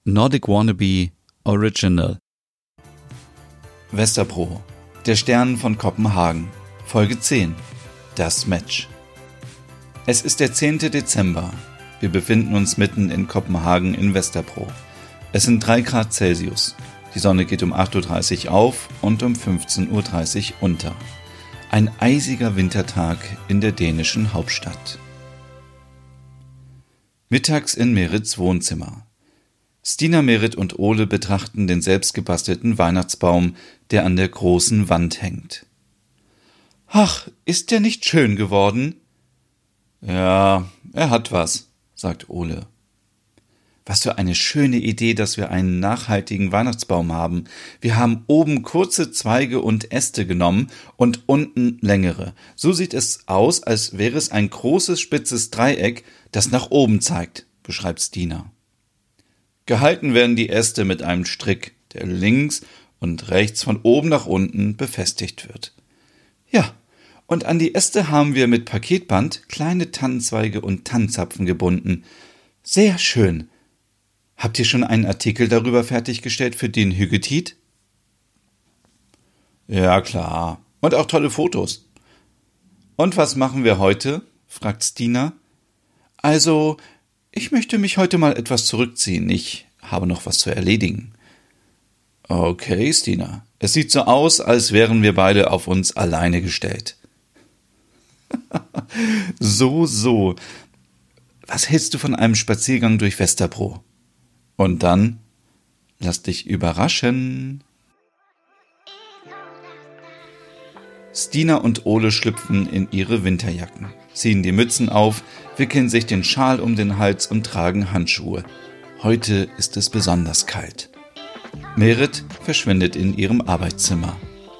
Nordic Wannabe Original. Westerpro, der Stern von Kopenhagen, Folge 10, das Match. Es ist der 10. Dezember. Wir befinden uns mitten in Kopenhagen in Westerpro. Es sind 3 Grad Celsius. Die Sonne geht um 8.30 Uhr auf und um 15.30 Uhr unter. Ein eisiger Wintertag in der dänischen Hauptstadt. Mittags in Merits Wohnzimmer. Stina, Merit und Ole betrachten den selbstgebastelten Weihnachtsbaum, der an der großen Wand hängt. »Ach, ist der nicht schön geworden?« »Ja, er hat was«, sagt Ole. »Was für eine schöne Idee, dass wir einen nachhaltigen Weihnachtsbaum haben. Wir haben oben kurze Zweige und Äste genommen und unten längere. So sieht es aus, als wäre es ein großes, spitzes Dreieck, das nach oben zeigt«, beschreibt Stina. Gehalten werden die Äste mit einem Strick, der links und rechts von oben nach unten befestigt wird. Ja, und an die Äste haben wir mit Paketband kleine Tannenzweige und Tannenzapfen gebunden. Sehr schön. Habt ihr schon einen Artikel darüber fertiggestellt für den Hüggetit? Ja, klar. Und auch tolle Fotos. Und was machen wir heute? Fragt Stina. Also, ich möchte mich heute mal etwas zurückziehen. Ich habe noch was zu erledigen. Okay, Stina. Es sieht so aus, als wären wir beide auf uns alleine gestellt. So. Was hältst du von einem Spaziergang durch Westerpro? Und dann? Lass dich überraschen. Stina und Ole schlüpfen in ihre Winterjacken, ziehen die Mützen auf, wickeln sich den Schal um den Hals und tragen Handschuhe. Heute ist es besonders kalt. Merit verschwindet in ihrem Arbeitszimmer.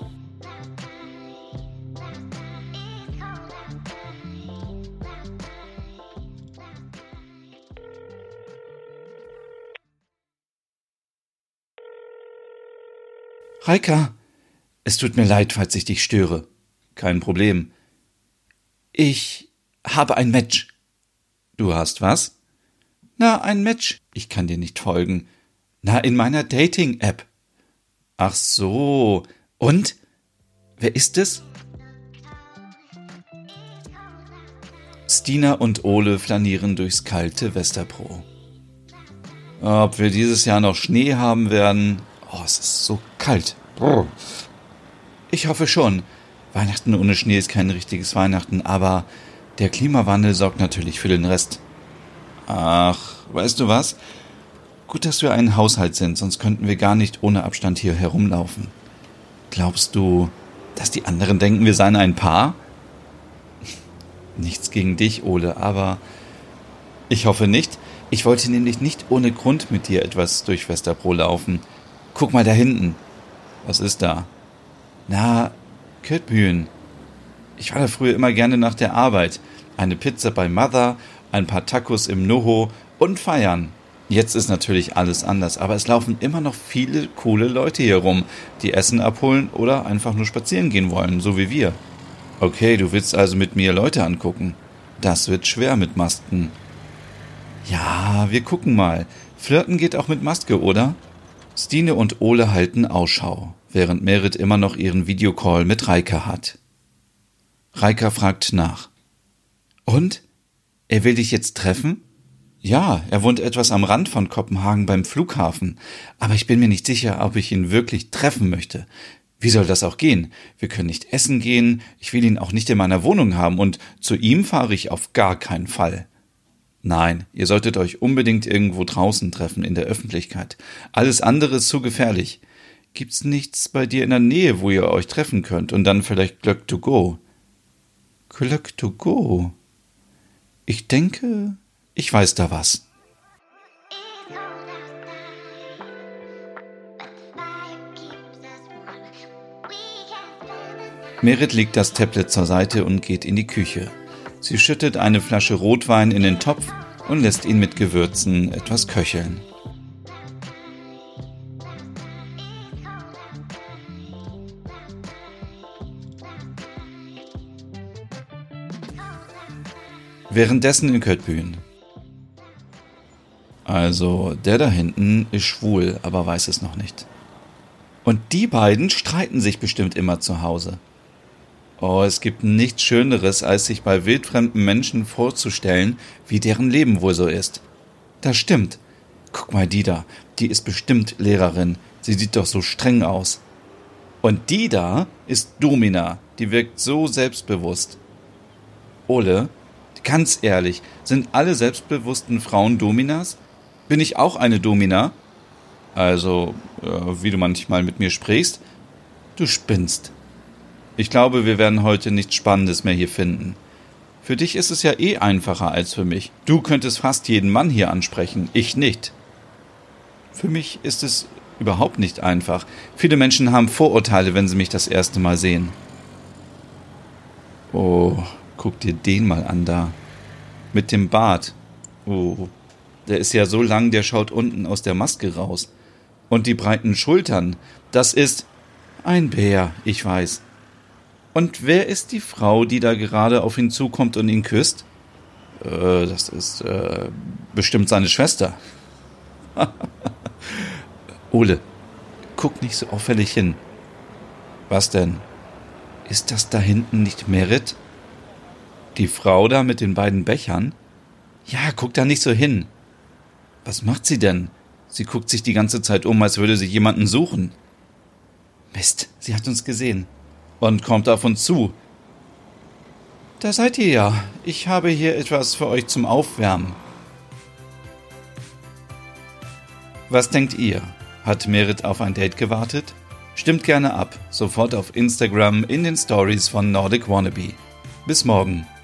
Reika, es tut mir leid, falls ich dich störe. Kein Problem. Ich habe ein Match. Du hast was? Na, ein Match. Ich kann dir nicht folgen. Na, in meiner Dating-App. Ach so. Und? Wer ist es? Stina und Ole flanieren durchs kalte Westerpro. Ob wir dieses Jahr noch Schnee haben werden? Oh, es ist so kalt. Ich hoffe schon. Weihnachten ohne Schnee ist kein richtiges Weihnachten, aber der Klimawandel sorgt natürlich für den Rest. Ach, weißt du was? Gut, dass wir ein Haushalt sind, sonst könnten wir gar nicht ohne Abstand hier herumlaufen. Glaubst du, dass die anderen denken, wir seien ein Paar? Nichts gegen dich, Ole, aber ich hoffe nicht. Ich wollte nämlich nicht ohne Grund mit dir etwas durch Westerpro laufen. Guck mal da hinten. Was ist da? Na, Köttbühlen. Ich war da früher immer gerne nach der Arbeit. Eine Pizza bei Mother, ein paar Tacos im Noho und feiern. Jetzt ist natürlich alles anders, aber es laufen immer noch viele coole Leute hier rum, die Essen abholen oder einfach nur spazieren gehen wollen, so wie wir. Okay, du willst also mit mir Leute angucken. Das wird schwer mit Masken. Ja, wir gucken mal. Flirten geht auch mit Maske, oder? Stine und Ole halten Ausschau, während Merit immer noch ihren Videocall mit Reika hat. Reika fragt nach. Und? Er will dich jetzt treffen? Ja, er wohnt etwas am Rand von Kopenhagen beim Flughafen, aber ich bin mir nicht sicher, ob ich ihn wirklich treffen möchte. Wie soll das auch gehen? Wir können nicht essen gehen, ich will ihn auch nicht in meiner Wohnung haben und zu ihm fahre ich auf gar keinen Fall. Nein, ihr solltet euch unbedingt irgendwo draußen treffen, in der Öffentlichkeit. Alles andere ist zu gefährlich. Gibt's nichts bei dir in der Nähe, wo ihr euch treffen könnt und dann vielleicht Glöck to go? Glöck to go? Ich denke, ich weiß da was. Merit legt das Tablet zur Seite und geht in die Küche. Sie schüttet eine Flasche Rotwein in den Topf und lässt ihn mit Gewürzen etwas köcheln. Währenddessen in Köttbühlen. Also, der da hinten ist schwul, aber weiß es noch nicht. Und die beiden streiten sich bestimmt immer zu Hause. Oh, es gibt nichts Schöneres, als sich bei wildfremden Menschen vorzustellen, wie deren Leben wohl so ist. Das stimmt. Guck mal, die da, die ist bestimmt Lehrerin. Sie sieht doch so streng aus. Und die da ist Domina, die wirkt so selbstbewusst. Ole, ganz ehrlich, sind alle selbstbewussten Frauen Dominas? Bin ich auch eine Domina? Also, wie du manchmal mit mir sprichst, du spinnst. Ich glaube, wir werden heute nichts Spannendes mehr hier finden. Für dich ist es ja eh einfacher als für mich. Du könntest fast jeden Mann hier ansprechen, ich nicht. Für mich ist es überhaupt nicht einfach. Viele Menschen haben Vorurteile, wenn sie mich das erste Mal sehen. Oh, guck dir den mal an da. Mit dem Bart. Oh, der ist ja so lang, der schaut unten aus der Maske raus. Und die breiten Schultern, das ist ein Bär, ich weiß. Und wer ist die Frau, die da gerade auf ihn zukommt und ihn küsst? Das ist bestimmt seine Schwester. Ole, guck nicht so auffällig hin. Was denn? Ist das da hinten nicht Merit? Die Frau da mit den beiden Bechern? Ja, guck da nicht so hin. Was macht sie denn? Sie guckt sich die ganze Zeit um, als würde sie jemanden suchen. Mist, sie hat uns gesehen. Und kommt auf uns zu. Da seid ihr ja. Ich habe hier etwas für euch zum Aufwärmen. Was denkt ihr? Hat Merit auf ein Date gewartet? Stimmt gerne ab, sofort auf Instagram in den Stories von Nordic Wannabe. Bis morgen.